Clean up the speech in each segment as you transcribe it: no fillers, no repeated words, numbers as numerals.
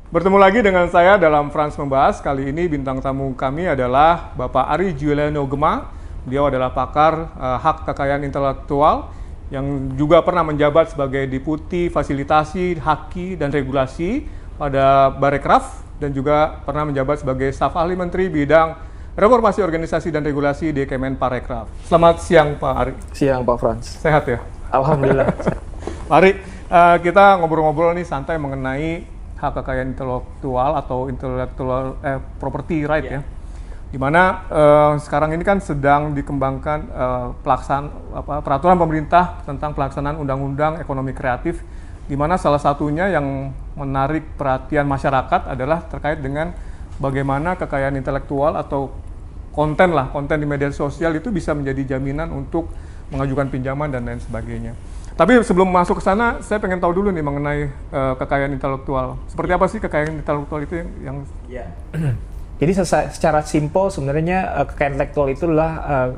Bertemu lagi dengan saya dalam Frans Membahas. Kali ini bintang tamu kami adalah Bapak Ari Juliano Gema. Beliau adalah pakar hak kekayaan intelektual yang juga pernah menjabat sebagai Deputi Fasilitasi, Haki, dan Regulasi pada Barekraf dan juga pernah menjabat sebagai staf ahli Menteri bidang Reformasi Organisasi dan Regulasi di Kemenparekraf. Selamat siang Pak Ari. Siang Pak Frans. Sehat ya? Alhamdulillah. Pak Ari, kita ngobrol-ngobrol nih santai mengenai hak kekayaan intelektual atau intellectual property right ya. Dimana sekarang ini kan sedang dikembangkan peraturan pemerintah tentang pelaksanaan undang-undang ekonomi kreatif, di mana salah satunya yang menarik perhatian masyarakat adalah terkait dengan bagaimana kekayaan intelektual atau konten di media sosial itu bisa menjadi jaminan untuk mengajukan pinjaman dan lain sebagainya. Tapi sebelum masuk ke sana, saya pengen tahu dulu nih mengenai kekayaan intelektual. Seperti apa sih kekayaan intelektual itu yang? Ya. Jadi secara simpel sebenarnya kekayaan intelektual itu adalah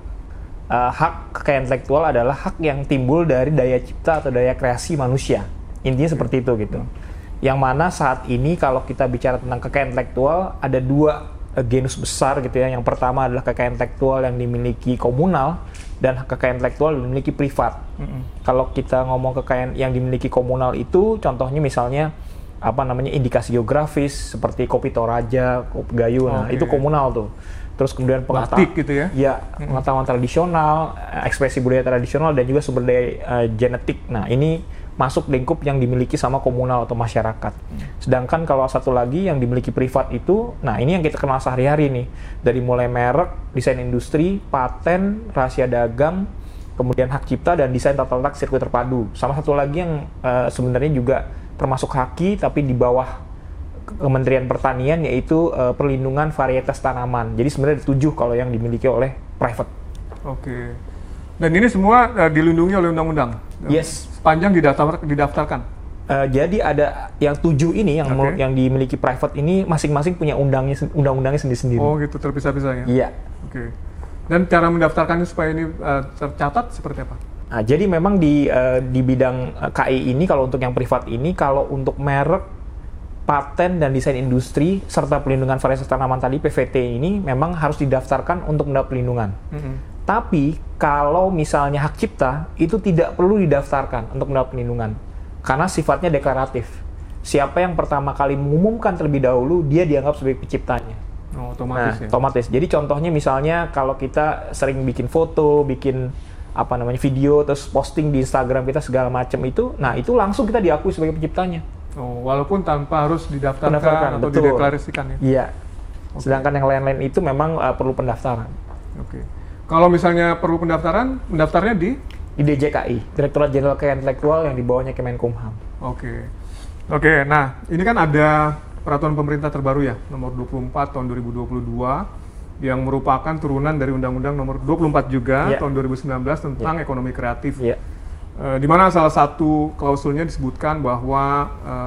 hak kekayaan intelektual adalah hak yang timbul dari daya cipta atau daya kreasi manusia. Intinya seperti itu gitu. Yang mana saat ini kalau kita bicara tentang kekayaan intelektual ada dua genus besar gitu ya. Yang pertama adalah kekayaan intelektual yang dimiliki komunal dan kekayaan intelektual yang dimiliki privat. Kalau kita ngomong kekayaan yang dimiliki komunal itu, contohnya misalnya indikasi geografis seperti Kopi Toraja, Kopi Gayo, nah itu komunal tuh. Terus kemudian pengetahuan gitu ya? Ya, pengetahuan tradisional, ekspresi budaya tradisional dan juga sumber daya genetik. Nah ini masuk lingkup yang dimiliki sama komunal atau masyarakat. Sedangkan kalau satu lagi yang dimiliki privat itu, nah ini yang kita kenal sehari-hari nih. Dari mulai merek, desain industri, paten, rahasia dagang, kemudian hak cipta dan desain tata letak sirkuit terpadu. Sama satu lagi yang sebenarnya juga termasuk haki tapi di bawah Kementerian Pertanian, yaitu perlindungan varietas tanaman. Jadi sebenarnya ada 7 kalau yang dimiliki oleh private. Oke. Dan ini semua dilindungi oleh undang-undang? Yes. Sepanjang didaftarkan? Jadi ada yang 7 ini, yang dimiliki private ini masing-masing punya undang-undangnya sendiri-sendiri. Oh gitu, terpisah-pisah ya? Iya. Oke. Dan cara mendaftarkannya supaya ini tercatat seperti apa? Nah, jadi memang di bidang KI ini, kalau untuk yang privat ini, kalau untuk merek, paten, dan desain industri, serta pelindungan varietas tanaman tadi, PVT ini memang harus didaftarkan untuk mendapat pelindungan. Tapi kalau misalnya hak cipta itu tidak perlu didaftarkan untuk mendapat perlindungan karena sifatnya deklaratif. Siapa yang pertama kali mengumumkan terlebih dahulu, dia dianggap sebagai penciptanya. Oh, otomatis ya. Otomatis. Jadi contohnya misalnya kalau kita sering bikin foto, bikin video, terus posting di Instagram kita segala macam itu, nah itu langsung kita diakui sebagai penciptanya. Oh, walaupun tanpa harus didaftarkan atau betul. dideklarasikan ya. Iya. Okay. Sedangkan yang lain-lain itu memang perlu pendaftaran. Oke. Kalau misalnya perlu pendaftaran, mendaftarnya di DJKI, Direktorat Jenderal Kekayaan Intelektual yang di bawahnya Kemenkumham. Oke. Nah, ini kan ada peraturan pemerintah terbaru ya, nomor 24 tahun 2022 yang merupakan turunan dari Undang-Undang nomor 24 juga tahun 2019 tentang ekonomi kreatif. Di mana salah satu klausulnya disebutkan bahwa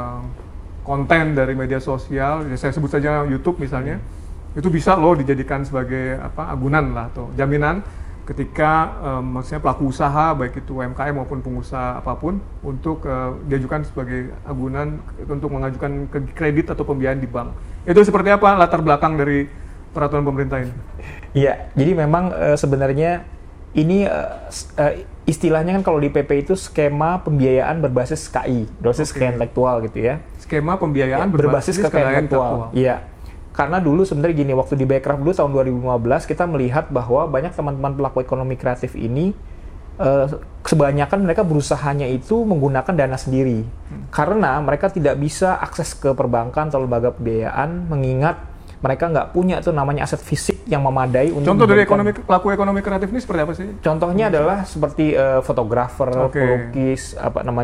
konten dari media sosial, saya sebut saja YouTube misalnya, itu bisa loh dijadikan sebagai agunan lah atau jaminan ketika maksudnya pelaku usaha baik itu UMKM maupun pengusaha apapun untuk diajukan sebagai agunan untuk mengajukan kredit atau pembiayaan di bank. Itu seperti apa latar belakang dari peraturan pemerintah ini? Iya, jadi memang sebenarnya ini istilahnya kan kalau di PP itu skema pembiayaan berbasis KI, berbasis kekayaan intelektual gitu ya. Skema pembiayaan berbasis kekayaan intelektual. Iya. Karena dulu sebenarnya gini, waktu di Barekraf dulu tahun 2015 kita melihat bahwa banyak teman-teman pelaku ekonomi kreatif ini kebanyakan mereka berusahanya itu menggunakan dana sendiri. Karena mereka tidak bisa akses ke perbankan atau lembaga pembiayaan mengingat mereka nggak punya tuh namanya aset fisik yang memadai untuk contoh dari pelaku ekonomi kreatif ini seperti apa sih? Contohnya adalah seperti fotografer, pelukis,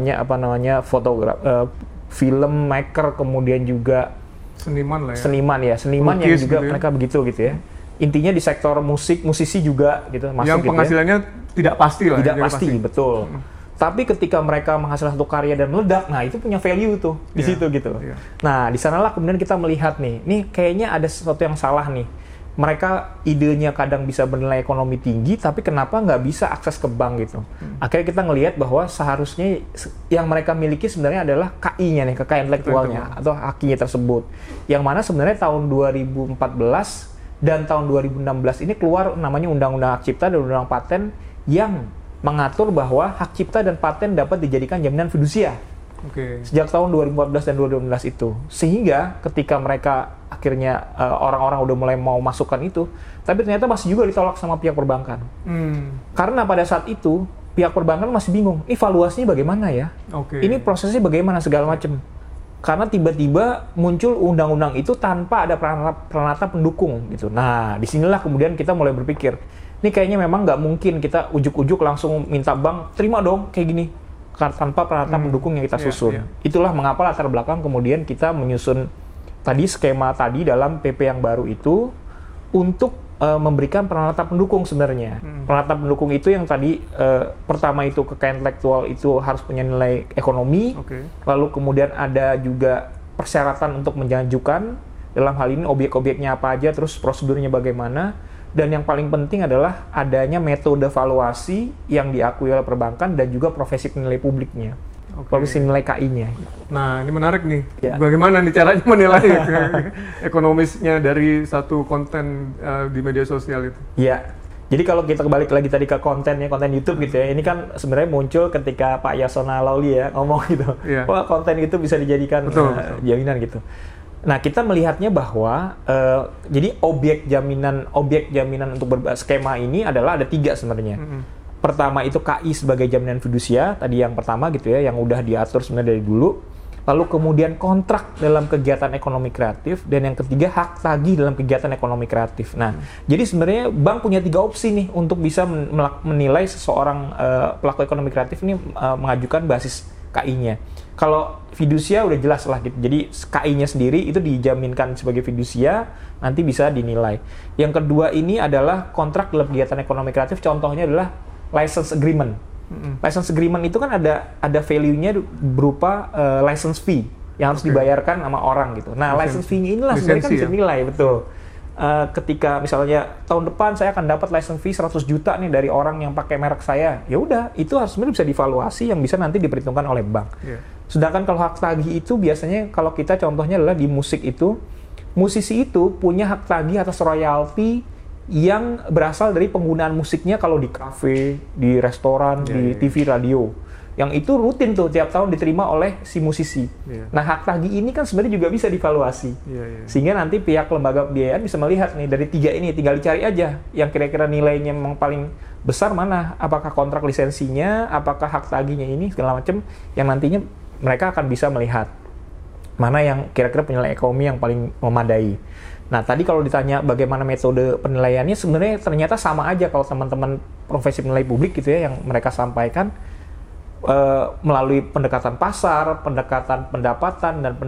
film maker, kemudian juga seniman lah ya. Seniman yang juga gitu mereka begitu gitu ya. Intinya di sektor musisi juga gitu masuk yang penghasilannya tidak pasti lah. Tidak pasti, betul. Tapi ketika mereka menghasilkan satu karya dan meledak, nah itu punya value tuh di situ gitu. Nah, di sanalah kemudian kita melihat nih kayaknya ada sesuatu yang salah nih mereka idenya kadang bisa bernilai ekonomi tinggi, tapi kenapa nggak bisa akses ke bank gitu. Akhirnya kita ngelihat bahwa seharusnya yang mereka miliki sebenarnya adalah KI-nya nih, kekayaan intelektualnya, atau hak-nya tersebut. Yang mana sebenarnya tahun 2014 dan tahun 2016 ini keluar namanya Undang-Undang Hak Cipta dan Undang-Undang Paten yang mengatur bahwa hak cipta dan paten dapat dijadikan jaminan fidusia. Sejak tahun 2014 dan 2016 itu. Sehingga ketika mereka akhirnya orang-orang udah mulai mau masukkan itu, tapi ternyata masih juga ditolak sama pihak perbankan. Karena pada saat itu pihak perbankan masih bingung, ini valuasinya bagaimana ya? Ini prosesnya bagaimana segala macam. Karena tiba-tiba muncul undang-undang itu tanpa ada peranata pendukung gitu. Nah, disinilah kemudian kita mulai berpikir, ini kayaknya memang nggak mungkin kita ujuk-ujuk langsung minta bank terima dong kayak gini tanpa peranata pendukung yang kita susun. Itulah mengapa latar belakang kemudian kita menyusun tadi skema tadi dalam PP yang baru itu untuk memberikan peranata pendukung sebenarnya. Peranata pendukung itu yang tadi pertama itu kekayaan intelektual itu harus punya nilai ekonomi, lalu kemudian ada juga persyaratan untuk mengajukan, dalam hal ini objek-objeknya apa aja, terus prosedurnya bagaimana, dan yang paling penting adalah adanya metode valuasi yang diakui oleh perbankan dan juga profesi penilai publiknya. Profesi nilai KI-nya. Nah, ini menarik nih. Bagaimana nih caranya menilai ekonomisnya dari satu konten di media sosial itu? Iya. Jadi kalau kita balik lagi tadi ke konten YouTube gitu ya, ini kan sebenarnya muncul ketika Pak Yasona Lawli ya ngomong gitu. Wah, konten itu bisa dijadikan jaminan gitu. Nah, kita melihatnya bahwa jadi objek jaminan untuk skema ini adalah ada 3 sebenarnya. Pertama itu KI sebagai jaminan fidusia, tadi yang pertama gitu ya, yang udah diatur sebenarnya dari dulu. Lalu kemudian kontrak dalam kegiatan ekonomi kreatif, dan yang ketiga hak tagih dalam kegiatan ekonomi kreatif. Nah, jadi sebenarnya bank punya 3 opsi nih untuk bisa menilai seseorang pelaku ekonomi kreatif ini mengajukan basis KI-nya. Kalau fidusia udah jelas lah gitu. Jadi KI-nya sendiri itu dijaminkan sebagai fidusia, nanti bisa dinilai. Yang kedua ini adalah kontrak dalam kegiatan ekonomi kreatif, contohnya adalah license agreement. License agreement itu kan ada value-nya berupa license fee yang harus dibayarkan sama orang gitu. Nah, license fee-nya inilah sebenarnya kan bisa dinilai, betul. Ketika misalnya tahun depan saya akan dapat license fee 100 juta nih dari orang yang pakai merek saya, ya udah itu harus sebenarnya bisa divaluasi yang bisa nanti diperhitungkan oleh bank. Sedangkan kalau hak tagih itu biasanya kalau kita contohnya adalah di musik itu, musisi itu punya hak tagih atas royalti yang berasal dari penggunaan musiknya kalau di kafe, di restoran, di TV, radio. Yang itu rutin tuh tiap tahun diterima oleh si musisi. Nah, hak tagih ini kan sebenarnya juga bisa divaluasi. Sehingga nanti pihak lembaga pembiayaan bisa melihat nih dari 3 ini tinggal dicari aja yang kira-kira nilainya memang paling besar mana, apakah kontrak lisensinya, apakah hak tagihnya ini segala macam, yang nantinya mereka akan bisa melihat mana yang kira-kira penilaian ekonomi yang paling memadai. Nah, tadi kalau ditanya bagaimana metode penilaiannya, sebenarnya ternyata sama aja kalau teman-teman profesi penilai publik gitu ya, yang mereka sampaikan melalui pendekatan pasar, pendekatan pendapatan, dan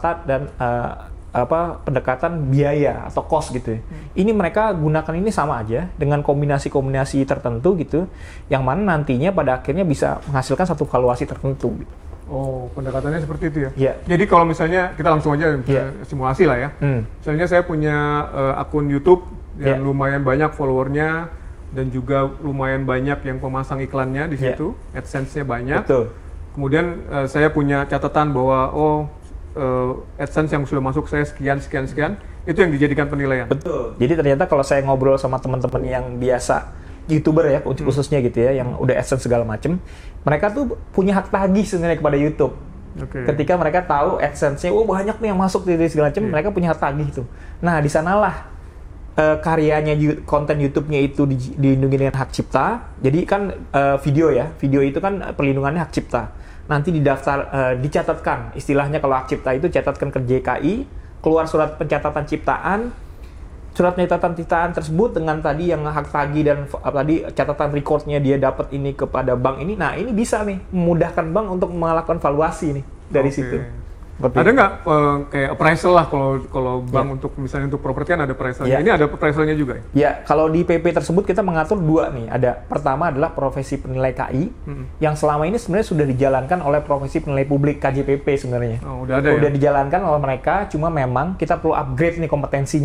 pendekatan biaya atau cost gitu ya. Ini mereka gunakan ini sama aja dengan kombinasi-kombinasi tertentu gitu, yang mana nantinya pada akhirnya bisa menghasilkan satu valuasi tertentu gitu. Oh, pendekatannya seperti itu ya? Jadi kalau misalnya, kita langsung aja simulasi lah ya. Misalnya saya punya akun YouTube yang lumayan banyak followernya, dan juga lumayan banyak yang pemasang iklannya di situ, AdSense-nya banyak. Kemudian saya punya catatan bahwa, AdSense yang sudah masuk saya sekian, itu yang dijadikan penilaian. Jadi ternyata kalau saya ngobrol sama teman-teman yang biasa, YouTuber ya, khususnya gitu ya, yang udah AdSense segala macem, mereka tuh punya hak tagih sebenarnya kepada YouTube. Ketika mereka tahu AdSense-nya, banyak nih yang masuk dari segala macam, mereka punya hak tagih tuh. Nah, di sanalah karyanya, konten YouTube-nya itu dilindungi dengan hak cipta. Jadi kan video itu kan perlindungannya hak cipta. Nanti dicatatkan, istilahnya kalau hak cipta itu catatkan ke JKI, keluar surat pencatatan ciptaan. Surat pencatatan ciptaan tersebut dengan tadi yang hak tagih dan tadi catatan recordnya dia dapat ini kepada bank ini. Nah, ini bisa nih memudahkan bank untuk melakukan valuasi nih dari situ. Ada nggak kayak appraisal lah kalau bank untuk misalnya untuk properti kan ada appraisalnya. Ini ada appraisalnya juga ya? Ya, kalau di PP tersebut kita mengatur 2 nih. Ada pertama adalah profesi penilai KI yang selama ini sebenarnya sudah dijalankan oleh profesi penilai publik KJPP sebenarnya. Udah ada dijalankan oleh mereka, cuma memang kita perlu upgrade nih kompetensinya.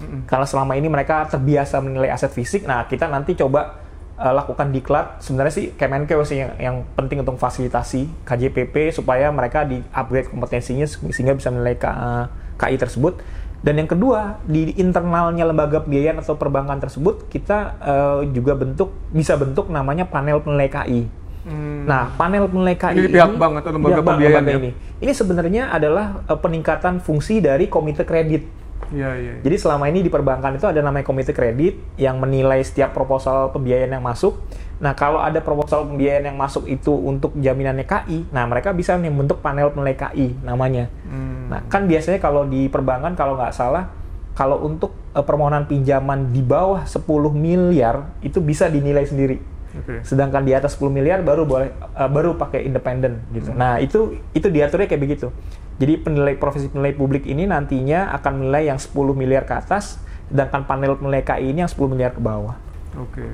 Karena selama ini mereka terbiasa menilai aset fisik, nah kita nanti coba lakukan diklat. Sebenarnya sih Kemenkeu sih yang penting untuk fasilitasi KJPP supaya mereka di-upgrade kompetensinya sehingga bisa menilai KI tersebut. Dan yang kedua, di internalnya lembaga pembiayaan atau perbankan tersebut, kita juga bisa bentuk namanya panel penilai KI. Nah, panel penilai KI ini pihak bank atau lembaga pembiayaan ya? Ini sebenarnya adalah peningkatan fungsi dari komite kredit. Iya. Jadi selama ini di perbankan itu ada namanya komite kredit yang menilai setiap proposal pembiayaan yang masuk. Nah, kalau ada proposal pembiayaan yang masuk itu untuk jaminannya KI, nah mereka bisa membentuk panel penilai KI namanya. Nah, kan biasanya kalau di perbankan kalau nggak salah, kalau untuk permohonan pinjaman di bawah 10 miliar itu bisa dinilai sendiri. Sedangkan di atas 10 miliar baru pakai independen gitu. Nah, itu diaturnya kayak begitu. Jadi profesi penilai publik ini nantinya akan menilai yang 10 miliar ke atas, sedangkan panel penilai KI ini yang 10 miliar ke bawah. Oke.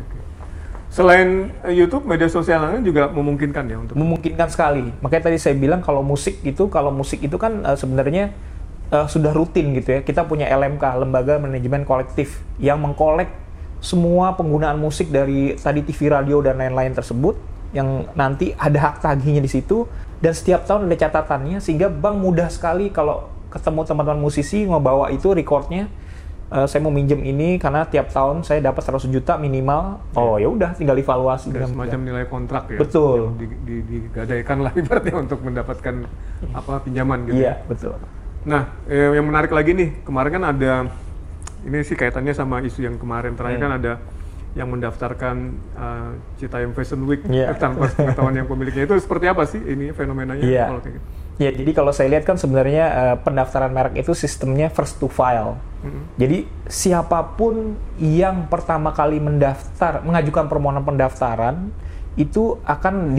Selain YouTube, media sosial lainnya juga memungkinkan ya untuk? Memungkinkan sekali. Makanya tadi saya bilang kalau musik itu kan sebenarnya sudah rutin gitu ya. Kita punya LMK, Lembaga Manajemen Kolektif, yang mengkolek semua penggunaan musik dari tadi TV, radio, dan lain-lain tersebut, yang nanti ada hak tagihnya di situ, dan setiap tahun ada catatannya, sehingga bank mudah sekali kalau ketemu teman-teman musisi ngebawa itu recordnya, saya mau minjem ini karena tiap tahun saya dapat 100 juta minimal, ya udah tinggal evaluasi. Semacam nilai kontrak ya? Betul. Digadaikan lah ibaratnya untuk mendapatkan pinjaman gitu. Iya, betul. Nah, yang menarik lagi nih, kemarin kan ada, ini sih kaitannya sama isu yang kemarin terakhir kan ada yang mendaftarkan Citayam Fashion Week tanpa pengetahuan yang pemiliknya. Itu seperti apa sih ini fenomenanya? Kalau kayak gitu? Ya, jadi kalau saya lihat kan sebenarnya pendaftaran merek itu sistemnya first to file. Jadi siapapun yang pertama kali mengajukan permohonan pendaftaran itu akan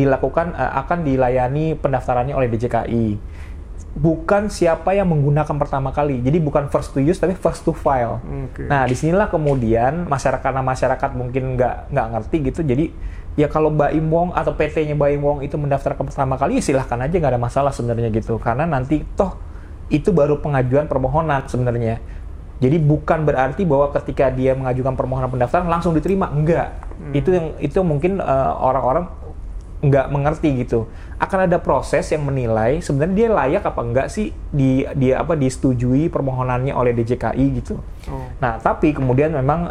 dilayani pendaftarannya oleh DJKI. Bukan siapa yang menggunakan pertama kali. Jadi bukan first to use, tapi first to file. Nah, disinilah kemudian masyarakat mungkin nggak ngerti gitu. Jadi ya kalau Baim Wong atau PT-nya Baim Wong itu mendaftarkan pertama kali, ya silahkan aja, nggak ada masalah sebenarnya gitu. Karena nanti toh itu baru pengajuan permohonan sebenarnya. Jadi bukan berarti bahwa ketika dia mengajukan permohonan pendaftaran langsung diterima. Enggak. Itu mungkin orang-orang nggak mengerti gitu. Akan ada proses yang menilai sebenarnya dia layak apa enggak sih disetujui permohonannya oleh DJKI gitu. Nah, tapi kemudian memang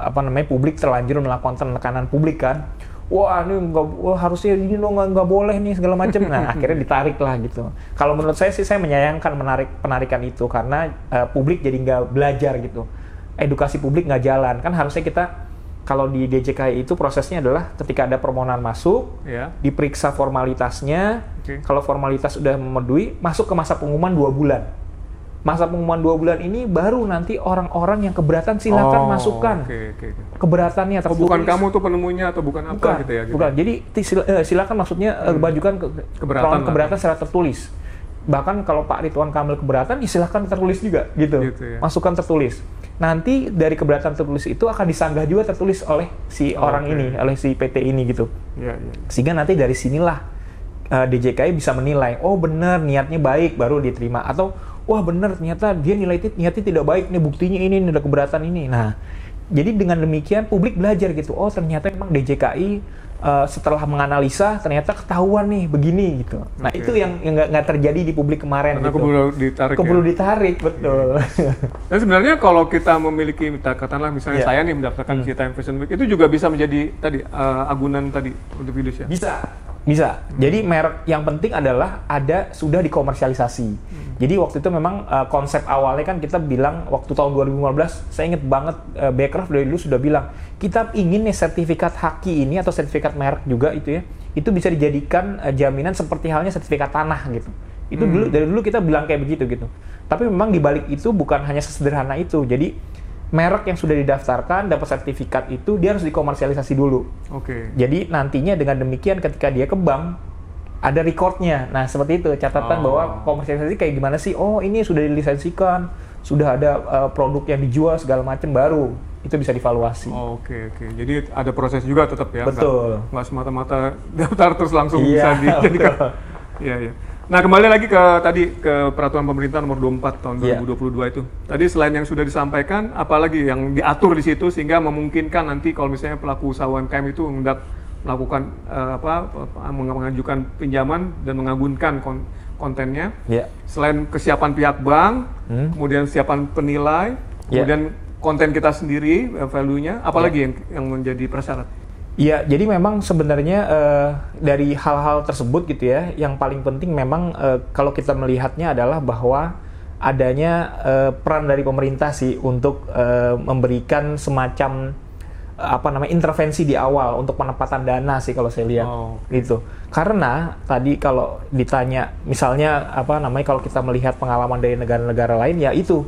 publik terlanjur melakukan penekanan publik kan. Wah, ini harusnya ini nggak boleh nih segala macam. Nah, akhirnya ditarik lah gitu. Kalau menurut saya sih, saya menyayangkan penarikan itu karena publik jadi nggak belajar gitu. Edukasi publik nggak jalan. Kan harusnya kita, kalau di DJKI itu prosesnya adalah ketika ada permohonan masuk, diperiksa formalitasnya, kalau formalitas sudah memenuhi, masuk ke masa pengumuman 2 bulan. Masa pengumuman 2 bulan ini baru nanti orang-orang yang keberatan silakan masukkan keberatannya tertulis. Bukan kamu tuh penemunya atau bukan apa gitu ya? Gitu. Bukan, jadi silakan maksudnya bajukan keberatan secara tertulis. Bahkan kalau Pak Ridwan Kamil keberatan, ya silakan tertulis juga gitu ya. Masukkan tertulis. Nanti dari keberatan tertulis itu akan disanggah juga tertulis oleh si orang ini, oleh si PT ini gitu. Sehingga nanti dari sinilah DJKI bisa menilai, oh benar niatnya baik baru diterima, atau wah benar ternyata dia niatnya tidak baik nih, buktinya ini ada keberatan ini. Nah, jadi dengan demikian publik belajar gitu, oh ternyata memang DJKI setelah menganalisa ternyata ketahuan nih begini gitu. Nah, itu yang nggak terjadi di publik kemarin. Karena gitu. Keburu ditarik, betul. Dan sebenarnya kalau kita memiliki, katakanlah misalnya saya nih mendaftarkan Citayam Fashion Week, itu juga bisa menjadi tadi agunan tadi untuk Fiducia? Bisa. Jadi merek yang penting adalah sudah dikomersialisasi. Jadi waktu itu memang konsep awalnya kan kita bilang waktu tahun 2015, saya ingat banget Bekraf dari dulu sudah bilang, kita ingin nih sertifikat haki ini atau sertifikat merek juga itu bisa dijadikan jaminan seperti halnya sertifikat tanah gitu. Itu dari dulu kita bilang kayak begitu gitu. Tapi memang di balik itu bukan hanya sesederhana itu. Jadi merek yang sudah didaftarkan dapat sertifikat itu dia harus dikomersialisasi dulu. Jadi nantinya dengan demikian ketika dia ke bank ada recordnya. Nah seperti itu catatan bahwa komersialisasi kayak gimana sih? Oh ini sudah dilisensikan, sudah ada produk yang dijual segala macam, baru itu bisa divaluasi. Oke. Jadi ada proses juga tetap ya. Betul. Nggak semata-mata daftar terus langsung bisa dijadikan. Iya. Nah, kembali lagi ke peraturan pemerintah nomor 24 tahun 2022 itu. Tadi selain yang sudah disampaikan, apalagi yang diatur di situ sehingga memungkinkan nanti kalau misalnya pelaku usaha UMKM itu hendak melakukan mengajukan pinjaman dan mengagunkan kontennya. Selain kesiapan pihak bank, kemudian kesiapan penilai, kemudian konten kita sendiri, value-nya, apalagi yang menjadi prasyarat? Iya, jadi memang sebenarnya dari hal-hal tersebut gitu ya, yang paling penting memang kalau kita melihatnya adalah bahwa adanya peran dari pemerintah sih untuk memberikan semacam intervensi di awal untuk penempatan dana sih kalau saya lihat gitu. Karena tadi kalau ditanya misalnya kalau kita melihat pengalaman dari negara-negara lain ya itu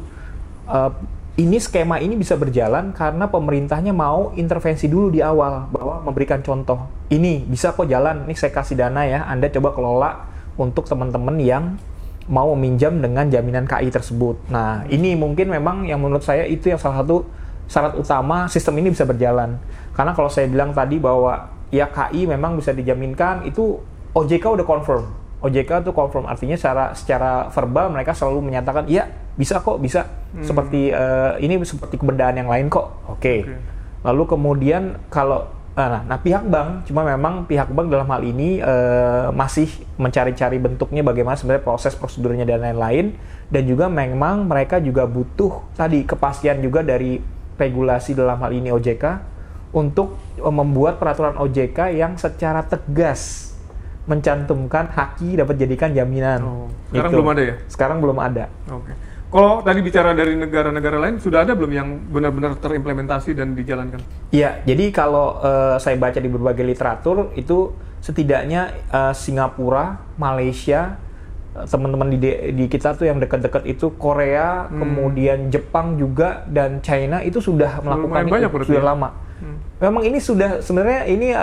ini skema ini bisa berjalan karena pemerintahnya mau intervensi dulu di awal bahwa memberikan contoh. Ini bisa kok jalan, nih saya kasih dana ya, Anda coba kelola untuk teman-teman yang mau meminjam dengan jaminan KI tersebut. Nah, ini mungkin memang yang menurut saya itu yang salah satu syarat utama sistem ini bisa berjalan. Karena kalau saya bilang tadi bahwa ya KI memang bisa dijaminkan, itu OJK udah confirm. OJK itu confirm, artinya secara verbal mereka selalu menyatakan, iya bisa kok, bisa. Seperti ini seperti kebendaan yang lain kok. Oke. Lalu kemudian kalau pihak bank, cuma memang pihak bank dalam hal ini masih mencari-cari bentuknya bagaimana sebenarnya proses prosedurnya dan lain-lain, dan juga memang mereka juga butuh tadi kepastian juga dari regulasi dalam hal ini OJK untuk membuat peraturan OJK yang secara tegas mencantumkan haki dapat jadikan jaminan. Sekarang belum ada ya? Sekarang belum ada. Oke. Kalau tadi bicara dari negara-negara lain, sudah ada belum yang benar-benar terimplementasi dan dijalankan? Iya, jadi kalau saya baca di berbagai literatur, itu setidaknya Singapura, Malaysia, teman-teman di kita tuh yang dekat-dekat itu Korea, kemudian Jepang juga, dan China itu sudah melakukan itu sudah lama. Memang ini sudah sebenarnya ini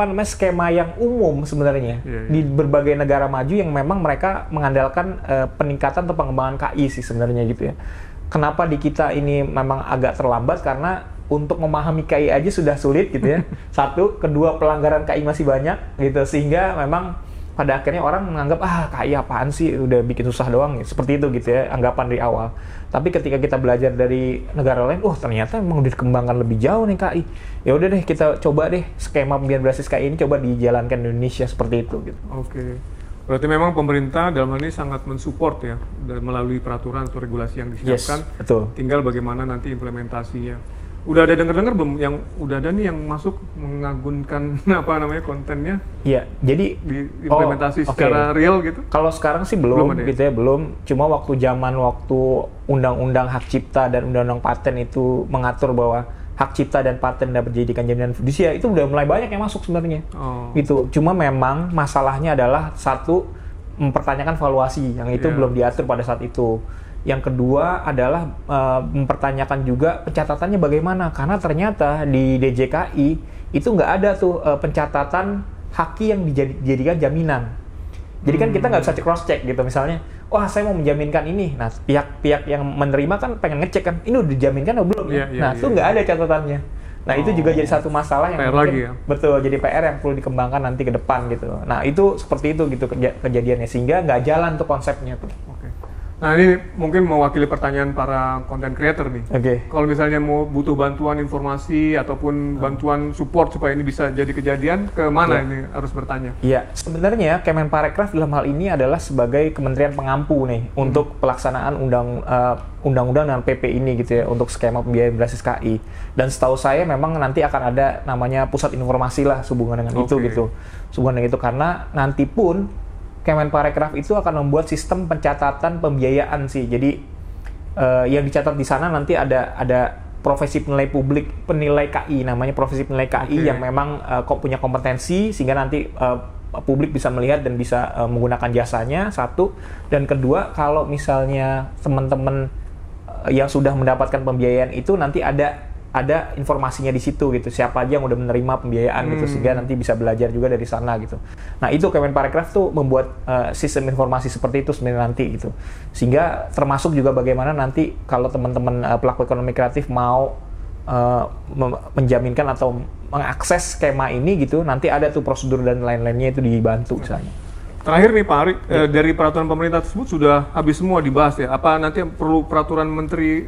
skema yang umum sebenarnya di berbagai negara maju yang memang mereka mengandalkan peningkatan atau pengembangan KI sih sebenarnya gitu ya. Kenapa di kita ini memang agak terlambat karena untuk memahami KI aja sudah sulit gitu ya. Satu, kedua pelanggaran KI masih banyak gitu sehingga memang pada akhirnya orang menganggap KI apaan sih, udah bikin susah doang, seperti itu gitu ya anggapan dari awal. Tapi ketika kita belajar dari negara lain, ternyata memang udah dikembangkan lebih jauh nih KI. Ya udah deh kita coba deh skema pembiayaan berbasis KI ini coba dijalankan di Indonesia seperti itu gitu. Oke. Berarti memang pemerintah dalam hal ini sangat mensupport ya melalui peraturan atau regulasi yang disiapkan. Yes, betul. Tinggal bagaimana nanti implementasinya. Udah ada dengar-dengar belum yang udah ada nih yang masuk mengagunkan kontennya? Iya, jadi diimplementasi secara real gitu. Kalau sekarang sih belum gitu ya, belum. Cuma waktu undang-undang hak cipta dan undang-undang paten itu mengatur bahwa hak cipta dan paten dapat dijadikan jaminan fidusia, itu udah mulai banyak yang masuk sebenarnya. Gitu. Cuma memang masalahnya adalah satu, mempertanyakan valuasi yang itu belum diatur pada saat itu. Yang kedua adalah mempertanyakan juga pencatatannya bagaimana, karena ternyata di DJKI itu nggak ada tuh pencatatan haki yang dijadikan jaminan. Jadi kan kita nggak bisa cross check gitu, misalnya, saya mau menjaminkan ini, nah pihak-pihak yang menerima kan pengen ngecek kan, ini udah dijaminkan atau belum? Itu nggak ada catatannya. Nah itu juga jadi satu masalah yang mungkin, betul, jadi PR yang perlu dikembangkan nanti ke depan gitu. Nah itu seperti itu gitu kejadiannya, sehingga nggak jalan tuh konsepnya tuh. Nah ini mungkin mewakili pertanyaan para content creator nih. Kalau misalnya mau butuh bantuan informasi ataupun bantuan support supaya ini bisa jadi kejadian, ke mana ini harus bertanya? Iya, sebenarnya Kemenparekraf dalam hal ini adalah sebagai kementerian pengampu nih untuk pelaksanaan undang-undang dan PP ini gitu ya, untuk skema pembiayaan berbasis KI. Dan setahu saya memang nanti akan ada namanya pusat informasi lah sehubungan dengan itu gitu. Sehubungan dengan itu karena nanti pun Kemenparekraf itu akan membuat sistem pencatatan pembiayaan sih. Jadi yang dicatat di sana nanti ada profesi penilai KI, namanya profesi penilai KI yang memang punya kompetensi sehingga nanti publik bisa melihat dan bisa menggunakan jasanya, satu. Dan kedua, kalau misalnya teman-teman yang sudah mendapatkan pembiayaan itu nanti ada informasinya di situ gitu, siapa aja yang udah menerima pembiayaan gitu, sehingga nanti bisa belajar juga dari sana gitu. Nah itu Kemenparekraf tuh membuat sistem informasi seperti itu sebenarnya nanti gitu, sehingga termasuk juga bagaimana nanti kalau teman-teman pelaku ekonomi kreatif mau menjaminkan atau mengakses skema ini gitu, nanti ada tuh prosedur dan lain-lainnya itu dibantu misalnya. terakhir nih Pak Ari, dari peraturan pemerintah tersebut sudah habis semua dibahas ya? Apa nanti perlu peraturan Menteri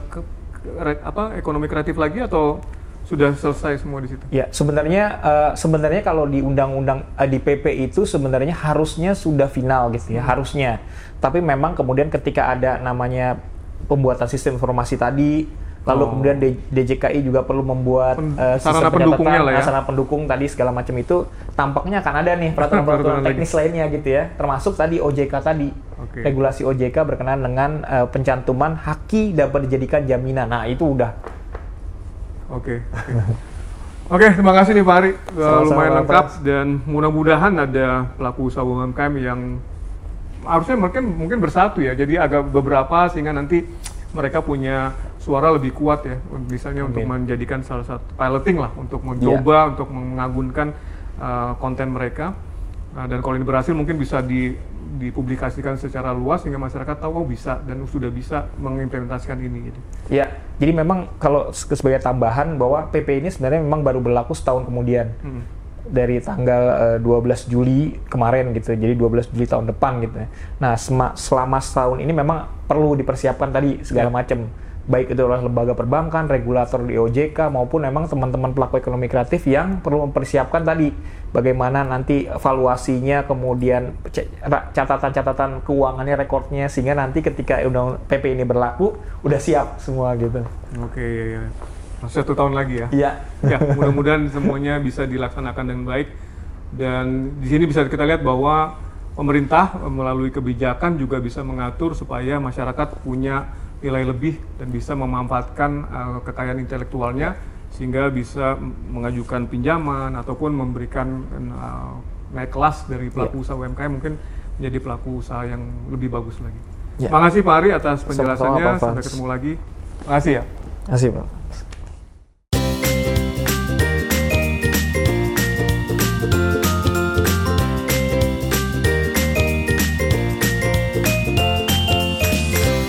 ekonomi kreatif lagi atau sudah selesai semua di situ? Ya, sebenarnya kalau di undang-undang di PP itu sebenarnya harusnya sudah final gitu ya, harusnya. Tapi memang kemudian ketika ada namanya pembuatan sistem informasi tadi, lalu kemudian DJKI juga perlu membuat sarana pendukungnya lah ya. Sarana pendukung tadi segala macam itu, tampaknya akan ada nih peraturan-peraturan teknis lainnya gitu ya, termasuk tadi OJK tadi. Regulasi OJK berkenaan dengan pencantuman haki dapat dijadikan jaminan. Nah, itu udah. Oke, terima kasih nih Pak Ari. Lumayan lengkap dan mudah-mudahan ada pelaku usaha UMKM yang harusnya mungkin bersatu ya. Jadi agak beberapa sehingga nanti mereka punya suara lebih kuat ya, misalnya untuk menjadikan salah satu piloting lah, untuk mencoba, untuk mengagunkan konten mereka. Dan kalau ini berhasil mungkin bisa dipublikasikan secara luas sehingga masyarakat tahu bisa dan sudah bisa mengimplementasikan ini gitu. Ya, jadi memang kalau sebagai tambahan bahwa PP ini sebenarnya memang baru berlaku setahun kemudian. Dari tanggal 12 Juli kemarin gitu, jadi 12 Juli tahun depan gitu. Nah, selama setahun ini memang perlu dipersiapkan tadi segala macam, baik itu oleh lembaga perbankan, regulator di OJK, maupun memang teman-teman pelaku ekonomi kreatif yang perlu mempersiapkan tadi bagaimana nanti evaluasinya, kemudian catatan-catatan keuangannya, rekornya, sehingga nanti ketika undang PP ini berlaku udah siap semua gitu. Oke, ya. 1 tahun lagi ya? Iya. Ya, mudah-mudahan semuanya bisa dilaksanakan dengan baik. Dan di sini bisa kita lihat bahwa pemerintah melalui kebijakan juga bisa mengatur supaya masyarakat punya nilai lebih dan bisa memanfaatkan kekayaan intelektualnya sehingga bisa mengajukan pinjaman ataupun memberikan naik kelas dari pelaku usaha UMKM mungkin menjadi pelaku usaha yang lebih bagus lagi. Terima kasih Pak Ari atas penjelasannya. Sampai ketemu lagi. Terima kasih ya. Terima kasih Pak.